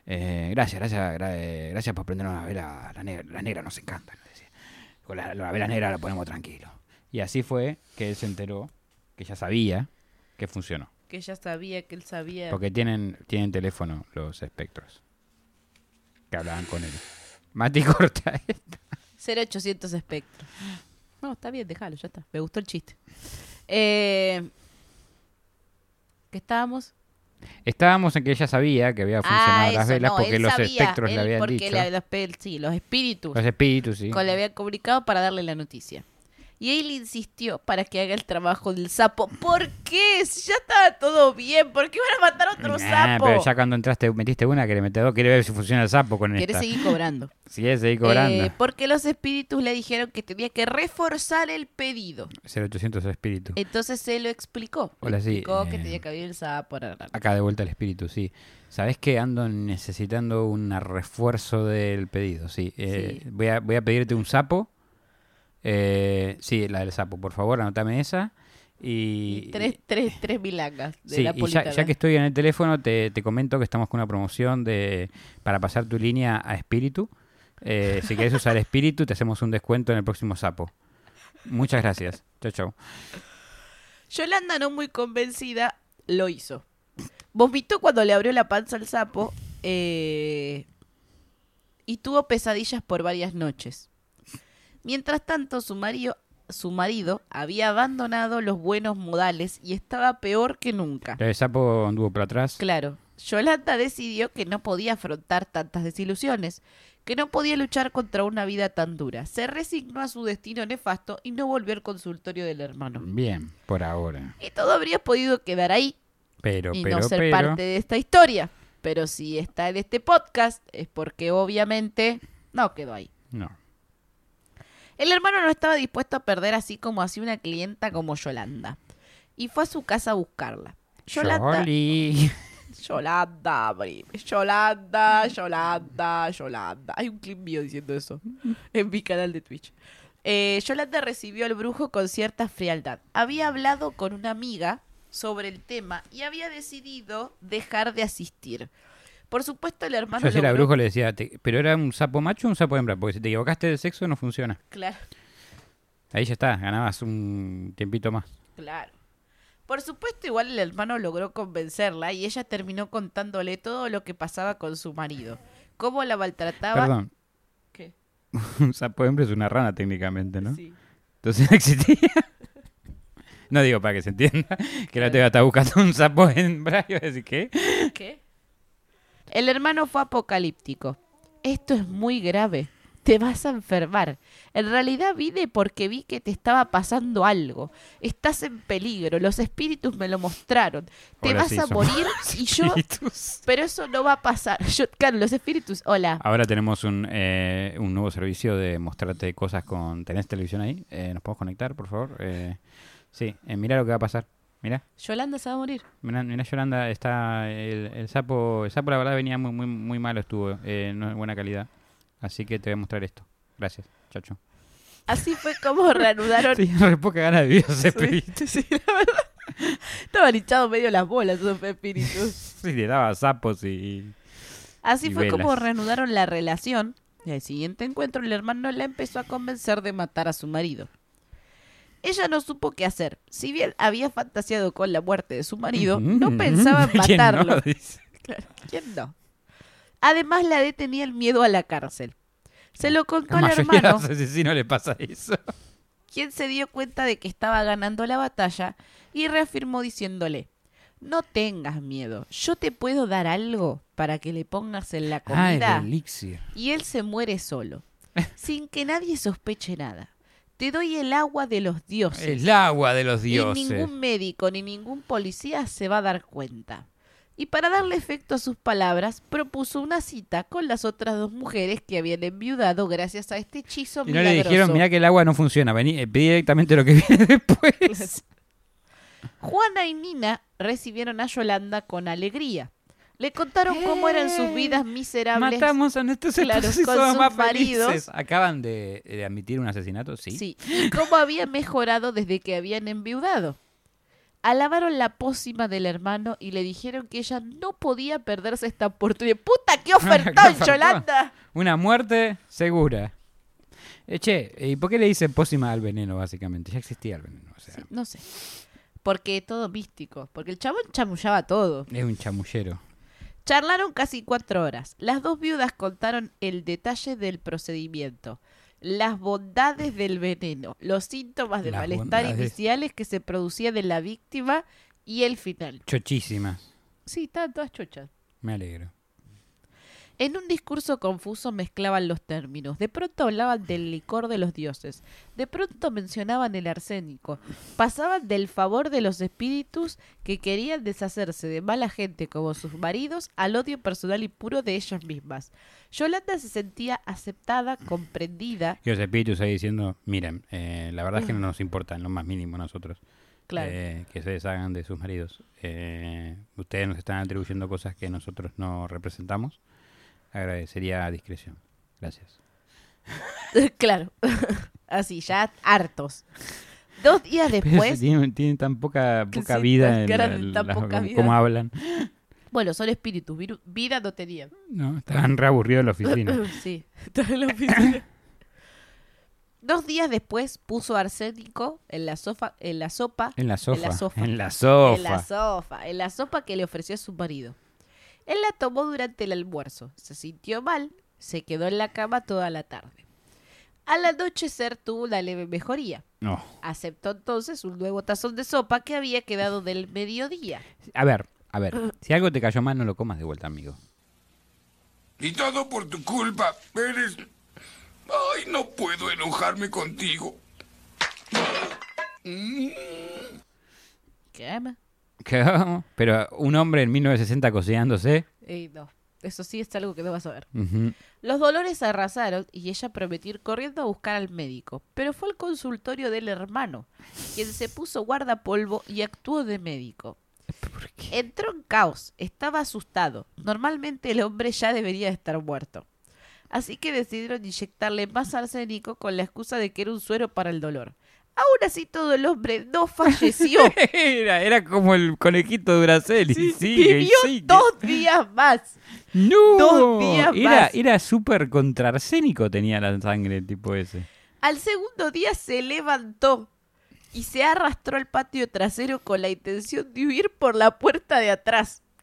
Gracias por prendernos la vela. La negra nos encanta. Decía. Con la vela negra la ponemos tranquilo. Y así fue que él se enteró, que ya sabía que funcionó. Que ya sabía, que él sabía. Porque tienen teléfono los espectros. Que hablaban con él. Mati corta esta. 0800 espectro. No, está bien, déjalo, ya está. Me gustó el chiste. ¿Qué estábamos? Estábamos en que ella sabía que había funcionado las eso, velas no, porque él los sabía, espectros le él habían porque dicho. los espíritus. Los espíritus, sí. Le habían comunicado para darle la noticia. Y él insistió para que haga el trabajo del sapo. ¿Por qué? Si ya estaba todo bien, ¿por qué van a matar otro sapo? Pero ya cuando entraste, metiste una que le metes dos, quiere ver si funciona el sapo con Quiere esta. seguir cobrando. Si quiere seguir cobrando. Porque los espíritus le dijeron que tenía que reforzar el pedido. 0800 espíritu. Entonces se lo explicó. Hola, sí, Explicó que tenía que abrir el sapo. Acá de vuelta el espíritu, sí. ¿Sabés que ando necesitando un refuerzo del pedido? Sí. Sí. Voy a pedirte un sapo. Sí, la del sapo, por favor, anotame esa. Y tres milangas de sí, la y ya politana. que estoy en el teléfono, te comento que estamos con una promoción para pasar tu línea a espíritu. Si querés usar espíritu, te hacemos un descuento en el próximo sapo. Muchas gracias. Chau. Yolanda, no muy convencida, lo hizo. Vomitó cuando le abrió la panza al sapo y tuvo pesadillas por varias noches. Mientras tanto, su marido había abandonado los buenos modales y estaba peor que nunca. El sapo anduvo por atrás. Claro, Yolanda decidió que no podía afrontar tantas desilusiones, que no podía luchar contra una vida tan dura. Se resignó a su destino nefasto y no volvió al consultorio del hermano. Bien, por ahora. Y todo habría podido quedar ahí Pero, y no ser parte de esta historia. Pero si está en este podcast es porque obviamente no quedó ahí. No. El hermano no estaba dispuesto a perder así como así una clienta como Yolanda. Y fue a su casa a buscarla. Yoli. Yolanda. Hay un clip mío diciendo eso en mi canal de Twitch. Yolanda recibió al brujo con cierta frialdad. Había hablado con una amiga sobre el tema y había decidido dejar de asistir. Por supuesto, el hermano... Yo si era brujo le decía, pero era un sapo macho o un sapo hembra, porque si te equivocaste de sexo no funciona. Claro, Ahí ya está, ganabas un tiempito más. claro. Por supuesto, igual el hermano logró convencerla y ella terminó contándole todo lo que pasaba con su marido. Cómo la maltrataba... Perdón, ¿Qué? Un sapo hembra es una rana técnicamente, ¿no? Sí. Entonces no existía. No digo para que se entienda que la tía está buscando un sapo hembra y va a decir, ¿qué? ¿Qué? El hermano fue apocalíptico. Esto es muy grave. Te vas a enfermar. En realidad vine porque vi que te estaba pasando algo. Estás en peligro. Los espíritus me lo mostraron. Te Ahora vas sí a somos morir y yo... espíritus. Pero eso no va a pasar. Claro, los espíritus, hola. Ahora tenemos un nuevo servicio de mostrarte cosas con... ¿Tenés televisión ahí? ¿Nos podemos conectar, por favor? Sí, mira lo que va a pasar. Mira, Yolanda se va a morir. mira Yolanda, está el sapo la verdad venía muy malo estuvo, no es buena calidad. Así que te voy a mostrar esto. Gracias, chacho. Así fue como reanudaron... Tenía re poca ganas de vivir esos espíritus. Sí, la verdad. Estaban hinchados medio las bolas esos espíritus. Sí, le daba sapos y... Así Y fue como velas. reanudaron la relación. Y al siguiente encuentro el hermano la empezó a convencer de matar a su marido. Ella no supo qué hacer. Si bien había fantaseado con la muerte de su marido, no pensaba en ¿Quién matarlo. no? Dice. Claro, ¿quién no? Además, la D tenía el miedo a la cárcel. Se lo contó La al mayoría de hermano, los asesinos le pasa eso. quien se dio cuenta de que estaba ganando la batalla y reafirmó diciéndole: no tengas miedo, yo te puedo dar algo para que le pongas en la Ah, el comida elixir. y él se muere solo, sin que nadie sospeche nada. Te doy el agua de los dioses. El agua de los Y dioses. ningún médico ni ningún policía se va a dar cuenta. Y para darle efecto a sus palabras, propuso una cita con las otras dos mujeres que habían enviudado gracias a este hechizo Y no le milagroso. dijeron, mirá que el agua no funciona, vení, pedí directamente lo que viene después. Juana y Nina recibieron a Yolanda con alegría. Le contaron cómo eran sus vidas miserables. Matamos a nuestros Claro, esposos y con somos sus más maridos. felices. Acaban de admitir un asesinato, sí. Sí, y cómo había mejorado desde que habían enviudado. Alabaron la pócima del hermano y le dijeron que ella no podía perderse esta oportunidad. ¡Puta, qué ofertón, ¿Qué ofertón? Yolanda! Una muerte segura. Che, ¿y por qué le dicen pócima al veneno, básicamente? Ya existía el veneno, o sea, Sí, no sé. Porque todo místico. Porque el chabón chamullaba todo. es un chamullero. Charlaron casi 4 horas. Las dos viudas contaron el detalle del procedimiento, las bondades del veneno, los síntomas de Las malestar bondades. iniciales que se producían en la víctima y el final. Chochísimas. Sí, estaban todas chochas. Me alegro. En un discurso confuso mezclaban los términos. De pronto hablaban del licor de los dioses. De pronto mencionaban el arsénico. Pasaban del favor de los espíritus que querían deshacerse de mala gente como sus maridos al odio personal y puro de ellas mismas. Yolanda se sentía aceptada, comprendida. Y los espíritus ahí diciendo, miren, la verdad es que no nos importa en lo más mínimo a nosotros. Claro. Que se deshagan de sus maridos. Ustedes nos están atribuyendo cosas que nosotros no representamos. Agradecería discreción. Gracias. Claro. Así, ya hartos. 2 días Pero después... tienen tan poca Sí, vida tan en grande, tan poca vida. cómo hablan. Bueno, son espíritus. Vida no tenían. No, estaban re aburridos en la oficina. Sí, estaba en la oficina. 2 días después puso arsénico en la sopa, En la sofa. En la sofa. En la sofa. en la sopa que le ofreció a su marido. Él la tomó durante el almuerzo, se sintió mal, se quedó en la cama toda la tarde. Al anochecer tuvo una leve mejoría. No. Aceptó entonces un nuevo tazón de sopa que había quedado del mediodía. A ver. Si algo te cayó mal, no lo comas de vuelta, amigo. Y todo por tu culpa, eres... Ay, no puedo enojarme contigo. ¿Qué ama? ¿Qué? Pero un hombre en 1960 cocinándose. No, eso sí es algo que no vas a ver. Ujú. Los dolores arrasaron y ella prometió ir corriendo a buscar al médico, pero fue al consultorio del hermano, quien se puso guardapolvo y actuó de médico. ¿Por qué? Entró en caos, estaba asustado. Normalmente el hombre ya debería estar muerto. Así que decidieron inyectarle más arsénico con la excusa de que era un suero para el dolor. Aún así todo el hombre no falleció. Era como el conejito de Duracell. Sí, Sigue, vivió sigue. 2 días más. ¡No! 2 días más. Era súper contrarsénico tenía la sangre el tipo ese. Al segundo día se levantó y se arrastró al patio trasero con la intención de huir por la puerta de atrás.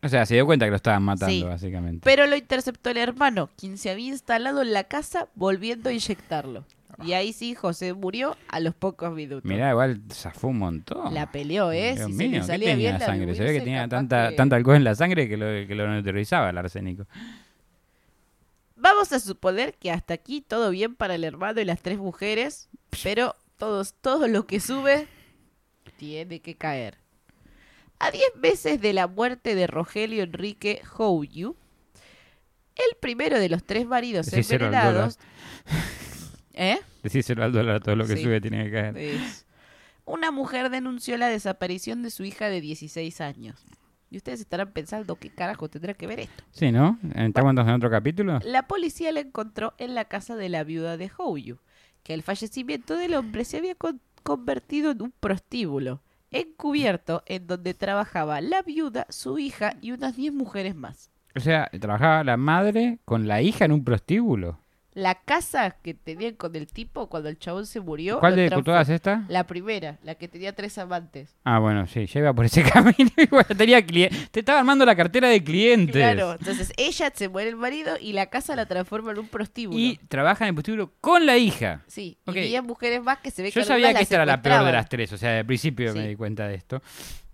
O sea, se dio cuenta que lo estaban matando, Sí, básicamente. pero lo interceptó el hermano, quien se había instalado en la casa volviendo a inyectarlo. Y ahí sí, José murió a los pocos minutos. Mirá, igual zafó un montón. La peleó, ¿eh? Dios Si se mío, le ¿qué salía tenía bien la la sangre? Se ve que hubiese tenía capaz que- tanto alcohol en la sangre que lo neutralizaba el arsénico. Vamos a suponer que hasta aquí todo bien para el hermano y las 3 mujeres, pero todo lo que sube tiene que caer. A 10 meses de la muerte de Rogelio Enrique Houyu, el primero de los 3 maridos Decíselo al envenenados... ¿Eh? Decíselo al dólar, todo lo que Sí. sube tiene que caer. Una mujer denunció la desaparición de su hija de 16 años. Y ustedes estarán pensando, ¿qué carajo tendrá que ver esto? Sí, ¿no? ¿Estamos en otro capítulo? La policía la encontró en la casa de la viuda de Houyu, que al fallecimiento del hombre se había convertido en un prostíbulo, encubierto en donde trabajaba la viuda, su hija y unas 10 mujeres más. O sea, trabajaba la madre con la hija en un prostíbulo. La casa que tenían con el tipo cuando el chabón se murió... ¿Cuál lo de transfor- todas estas? La primera, la que tenía 3 amantes. Ah, bueno, sí, ya iba por ese camino. Igual tenía clientes. Te estaba armando la cartera de clientes. Claro, entonces ella se muere el marido y la casa la transforma en un prostíbulo. Y trabaja en el prostíbulo con la hija. Sí, Ok. y 10 mujeres más que se ve que Yo sabía algunas que esta era la peor de secuestraban. las 3. O sea, de principio Sí. me di cuenta de esto.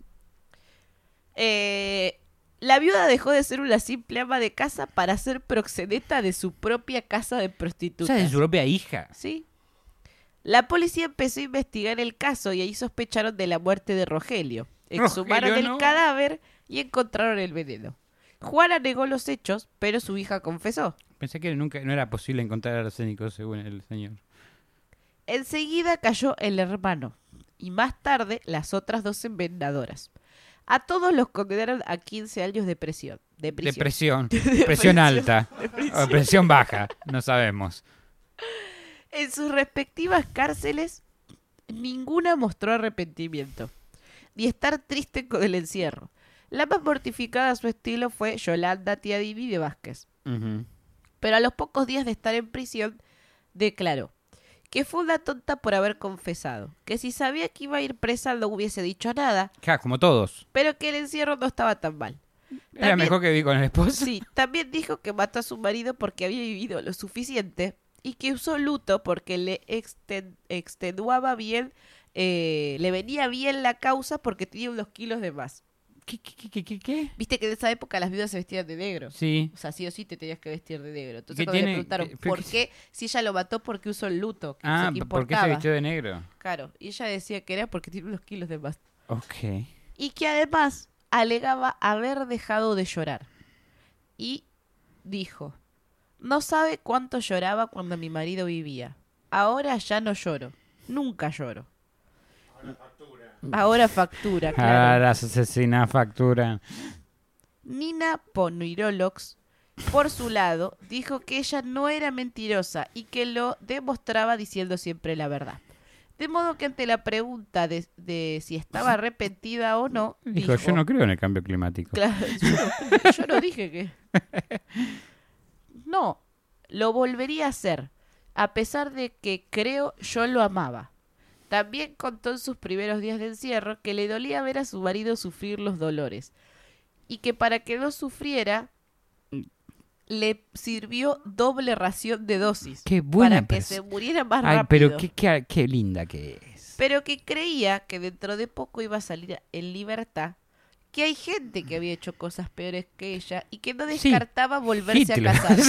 La viuda dejó de ser una simple ama de casa para ser proxeneta de su propia casa de O prostitutas. sea, de su propia hija. Sí. La policía empezó a investigar el caso y ahí sospecharon de la muerte de Rogelio. Exhumaron Rogelio, el no. cadáver y encontraron el veneno. Juana negó los hechos, pero su hija confesó. Pensé que no era posible encontrar arsénico, según el señor. Enseguida cayó el hermano y más tarde las otras 2 envenenadoras. A todos los condenaron a 15 años de prisión. Depresión. Presión alta. O presión baja. No sabemos. En sus respectivas cárceles, ninguna mostró arrepentimiento, ni estar triste con el encierro. La más mortificada a su estilo fue Yolanda Tiadini de Vázquez. Ujú. Pero a los pocos días de estar en prisión, declaró que fue una tonta por haber confesado, que si sabía que iba a ir presa no hubiese dicho nada, Ja, como todos. pero que el encierro no estaba tan mal. Era También- mejor que vivir con el esposo. Sí, también dijo que mató a su marido porque había vivido lo suficiente y que usó luto porque le extenuaba bien, le venía bien la causa porque tenía unos kilos de más. ¿Qué? Viste que en esa época las viudas se vestían de negro. Sí. O sea, sí o sí te tenías que vestir de negro. Entonces ¿Qué cuando le tiene? preguntaron Pero por qué- qué, si ella lo mató porque usó el luto, que Ah, se ¿por qué se importaba. vistió de negro? Claro, y ella decía que era porque tiene unos kilos de más. Ok. Y que además alegaba haber dejado de llorar. Y dijo, no sabe cuánto lloraba cuando mi marido vivía. Ahora ya no lloro. Nunca lloro. Ahora factura, Ah, claro. las asesinas facturan. Nina Poneirolox, por su lado, dijo que ella no era mentirosa y que lo demostraba diciendo siempre la verdad. De modo que ante la pregunta de si estaba arrepentida o no, Dijo, yo no creo en el cambio climático. Claro, yo no dije que... No, lo volvería a hacer, a pesar de que creo yo lo amaba. También contó en sus primeros días de encierro que le dolía ver a su marido sufrir los dolores y que para que no sufriera le sirvió doble ración de dosis Qué buena para que perso- se muriera más Ay, rápido. pero qué linda que es. Pero que creía que dentro de poco iba a salir en libertad, que hay gente que había hecho cosas peores que ella y que no Sí, descartaba volverse Hitler. a casar.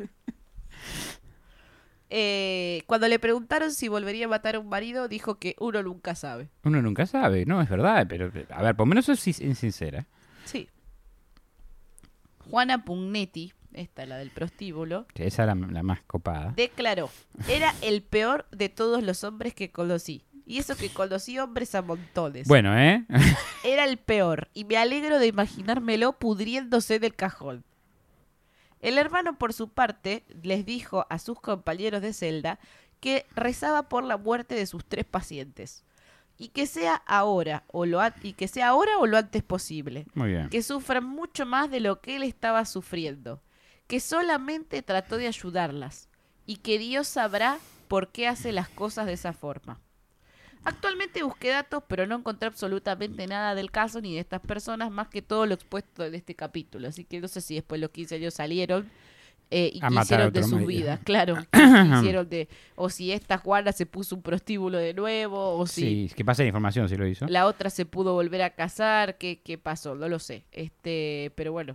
Cuando le preguntaron si volvería a matar a un marido, dijo que uno nunca sabe. Uno nunca sabe, no, es verdad, pero a ver, por lo menos es sincera. Sí. Juana Pugnetti, esta la del prostíbulo, Esa es la más copada. declaró, era el peor de todos los hombres que conocí. Y eso que conocí hombres a montones. Bueno, ¿eh? Era el peor, y me alegro de imaginármelo pudriéndose del cajón. El hermano, por su parte, les dijo a sus compañeros de celda que rezaba por la muerte de sus 3 pacientes. Y que sea ahora o lo antes posible. Muy bien. Que sufran mucho más de lo que él estaba sufriendo. Que solamente trató de ayudarlas. Y que Dios sabrá por qué hace las cosas de esa forma. Actualmente busqué datos, pero no encontré absolutamente nada del caso ni de estas personas, más que todo lo expuesto en este capítulo. Así que no sé si después los 15 años salieron y A qué matar a hicieron de otro sus marido. vidas. Claro, qué hicieron de... O si esta Juana se puso un prostíbulo de nuevo, o si Sí, que pase la información si lo hizo. la otra se pudo volver a casar, qué pasó, no lo sé. Pero bueno,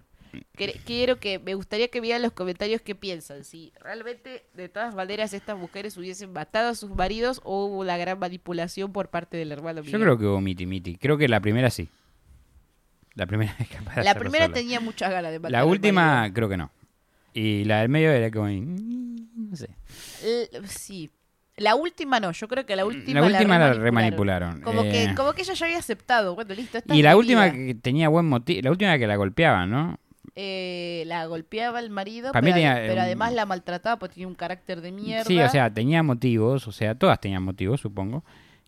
me gustaría que vieran los comentarios qué piensan, si realmente de todas maneras estas mujeres hubiesen matado a sus maridos o hubo la gran manipulación por parte del hermano Yo Miguel. creo que hubo miti. Creo que la primera sí. La primera es capaz de La hacerlo primera sola. tenía muchas ganas de matar La al última marido. creo que no. Y la del medio era como... No sé. Sí. La última no, yo creo que la última La última la remanipularon. remanipularon. Como que ella ya había aceptado. Bueno, listo, esta Y es la mi última vida. que tenía buen motivo... La última que la golpeaban, ¿no? La golpeaba el marido, Para mí pero, tenía, pero además la maltrataba porque tenía un carácter de mierda. Sí, o sea, tenía motivos. O sea, todas tenían motivos, supongo.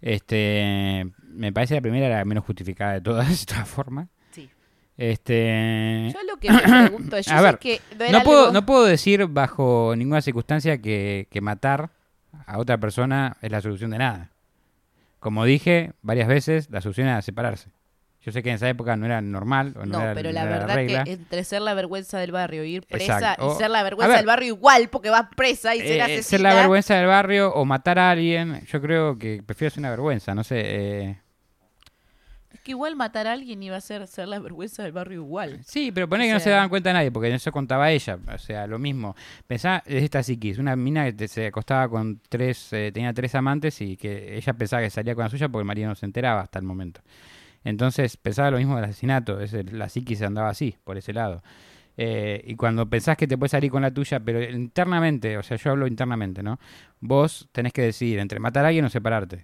Me parece que la primera era la menos justificada de todas, de todas formas. Sí. Este... Yo lo que me pregunto es, yo A sé ver, que no era no puedo decir bajo ninguna circunstancia que matar a otra persona es la solución de nada. Como dije varias veces, la solución era separarse. Yo sé que en esa época no era normal o no, No, era, pero no la era verdad regla. que entre ser la vergüenza del barrio y ir presa Exacto. y ser la A vergüenza ver. del barrio igual porque vas presa y ser asesina. Ser la vergüenza del barrio o matar a alguien, yo creo que prefiero ser una vergüenza, no sé. Es que igual matar a alguien iba a ser la vergüenza del barrio igual. Sí, pero poné O que no se sea- daban cuenta nadie, porque eso contaba ella. O sea, lo mismo. Pensá, es esta psiquis, una mina que se acostaba con tenía 3 amantes y que ella pensaba que salía con la suya porque el marido no se enteraba hasta el momento. Entonces pensaba lo mismo del asesinato, la psiquis andaba así, por ese lado. Y cuando pensás que te puedes salir con la tuya, pero internamente, o sea, yo hablo internamente, ¿no? Vos tenés que decidir entre matar a alguien o separarte.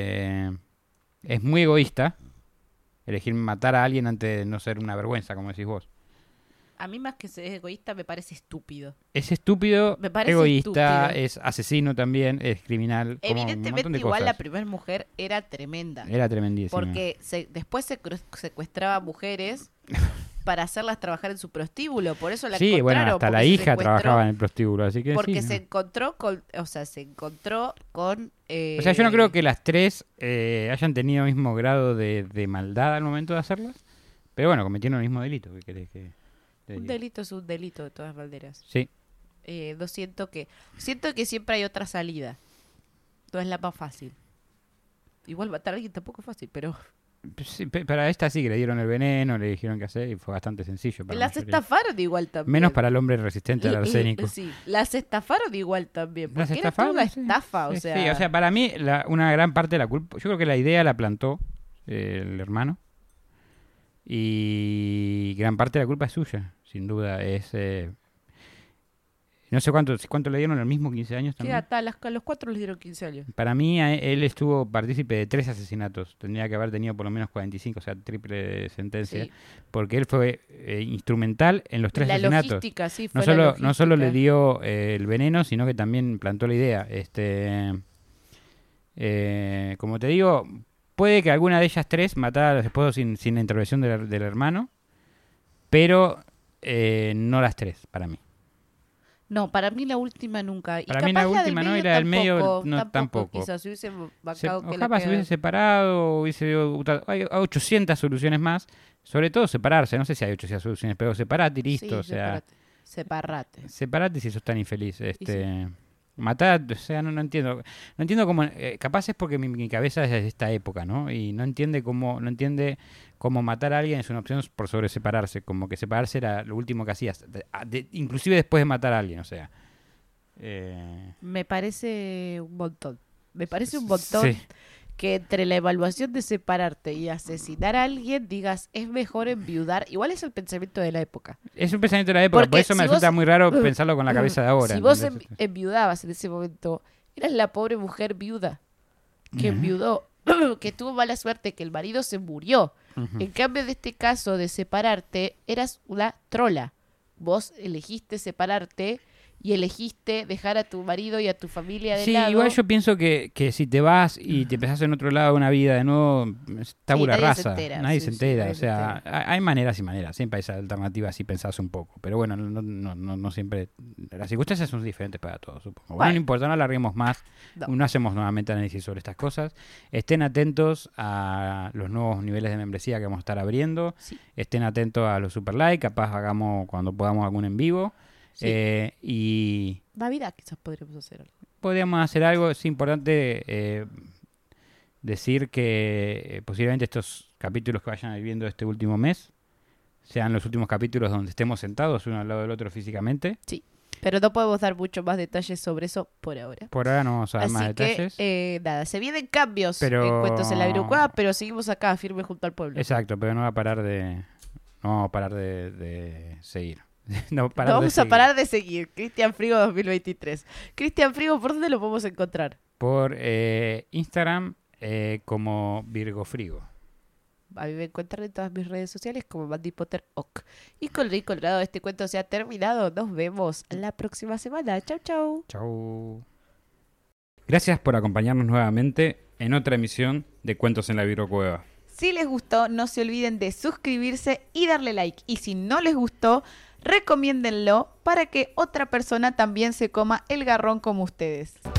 Es muy egoísta elegir matar a alguien antes de no ser una vergüenza, como decís vos. A mí más que ser egoísta me parece estúpido. Es estúpido, Me parece egoísta, estúpido. es asesino también, es criminal. como un montón Evidentemente de igual cosas. la primera mujer era tremenda. Era tremendísima. Porque después secuestraba mujeres para hacerlas trabajar en su prostíbulo. Por eso la Sí, encontraron. bueno, hasta porque la se hija secuestró, trabajaba en el prostíbulo, así que porque sí, se ¿no? encontró con... O sea, se encontró con... O sea, yo no creo que las tres hayan tenido el mismo grado de maldad al momento de hacerlas. Pero bueno, cometieron el mismo delito. ¿Qué querés que te Un diga? delito es un delito de todas maneras. Sí. No siento que siempre hay otra salida. No es la más fácil. Igual matar a alguien tampoco es fácil, pero Sí, para esta sí que le dieron el veneno, le dijeron qué hacer y fue bastante sencillo. Para la las mayoría. estafaron igual también. Menos para el hombre resistente al arsénico. Sí, las estafaron igual también. Las Porque era toda una estafaron, sí. estafa, Sí, o sea... sí, o sea, para mí una gran parte de la culpa, yo creo que la idea la plantó el hermano y gran parte de la culpa es suya, sin duda. No sé cuánto le dieron, el mismo 15 años también. a los 4 les dieron 15 años. Para mí él estuvo partícipe de 3 asesinatos, tendría que haber tenido por lo menos 45, o sea, triple sentencia, Sí. porque él fue instrumental en los 3 La asesinatos. logística, sí, No fue la no solo le logística. dio el veneno, sino que también plantó la idea. Como te digo, puede que alguna de ellas 3 matara a los esposos sin la intervención del hermano, pero no las 3, para mí. No, para mí la última nunca. Y Para mí la capaz última no, y la del medio no, tampoco. Quizás se hubiese O bancado que la capaz se que- hubiese separado, hay 800 soluciones más, sobre todo separarse, no sé si hay 800 soluciones, pero separate y listo, Sí, o sea, separate. separate si sos tan infeliz, sí. matar, o sea, no entiendo cómo, capaz es porque mi cabeza es de esta época, ¿no? Y no entiende cómo matar a alguien es una opción por sobre separarse, como que separarse era lo último que hacías, inclusive después de matar a alguien, o sea. Me parece un montón. Me parece un montón Sí. que entre la evaluación de separarte y asesinar a alguien digas es mejor enviudar. Igual es el pensamiento de la época. Es un pensamiento de la época, por Porque eso si me resulta vos- muy raro pensarlo con la cabeza de ahora. Si vos ¿entendés? enviudabas en ese momento, eras la pobre mujer viuda que enviudó, que tuvo mala suerte, que el marido se murió. En cambio de este caso de separarte, eras una trola. Vos elegiste separarte y elegiste dejar a tu marido y a tu familia de Sí, lado. igual yo pienso que si te vas y te empezás en otro lado una vida de nuevo, es tabula nadie se rasa. entera, Nadie sí, se sí, entera. nadie O se sea, entera. hay maneras y maneras. Siempre hay esa alternativa si pensás un poco. Pero bueno, no siempre. Las circunstancias son diferentes para todos, supongo. Bueno, Bueno. no importa, no alarguemos más. No. No hacemos nuevamente análisis sobre estas cosas. Estén atentos a los nuevos niveles de membresía que vamos a estar abriendo. Sí. Estén atentos a los super like. Capaz hagamos cuando podamos algún en vivo. Sí. Y Navidad quizás podríamos hacer algo. podríamos hacer algo. Es importante decir que posiblemente estos capítulos que vayan viviendo este último mes sean los últimos capítulos donde estemos sentados uno al lado del otro físicamente. Pero no podemos dar mucho más detalles sobre eso por ahora. Por ahora no vamos a dar Así más detalles. que, nada, se vienen cambios Pero- en Cuentos en la Virucueva, pero seguimos acá, firme junto al pueblo. Exacto, pero no va a parar de... No vamos a parar de seguir. No No vamos a parar de seguir. Cristian Frigo 2023. Cristian Frigo, ¿por dónde lo podemos encontrar? Por Instagram como Virgo Frigo. A mí me encuentran en todas mis redes sociales como Mandy Potter Oc. Y con Rey Colorado, este cuento se ha terminado. Nos vemos la próxima semana. Chau, chau. Chau. Gracias por acompañarnos nuevamente en otra emisión de Cuentos en la Virocueva. Si les gustó, no se olviden de suscribirse y darle like. Y si no les gustó, recomiéndenlo para que otra persona también se coma el garrón como ustedes.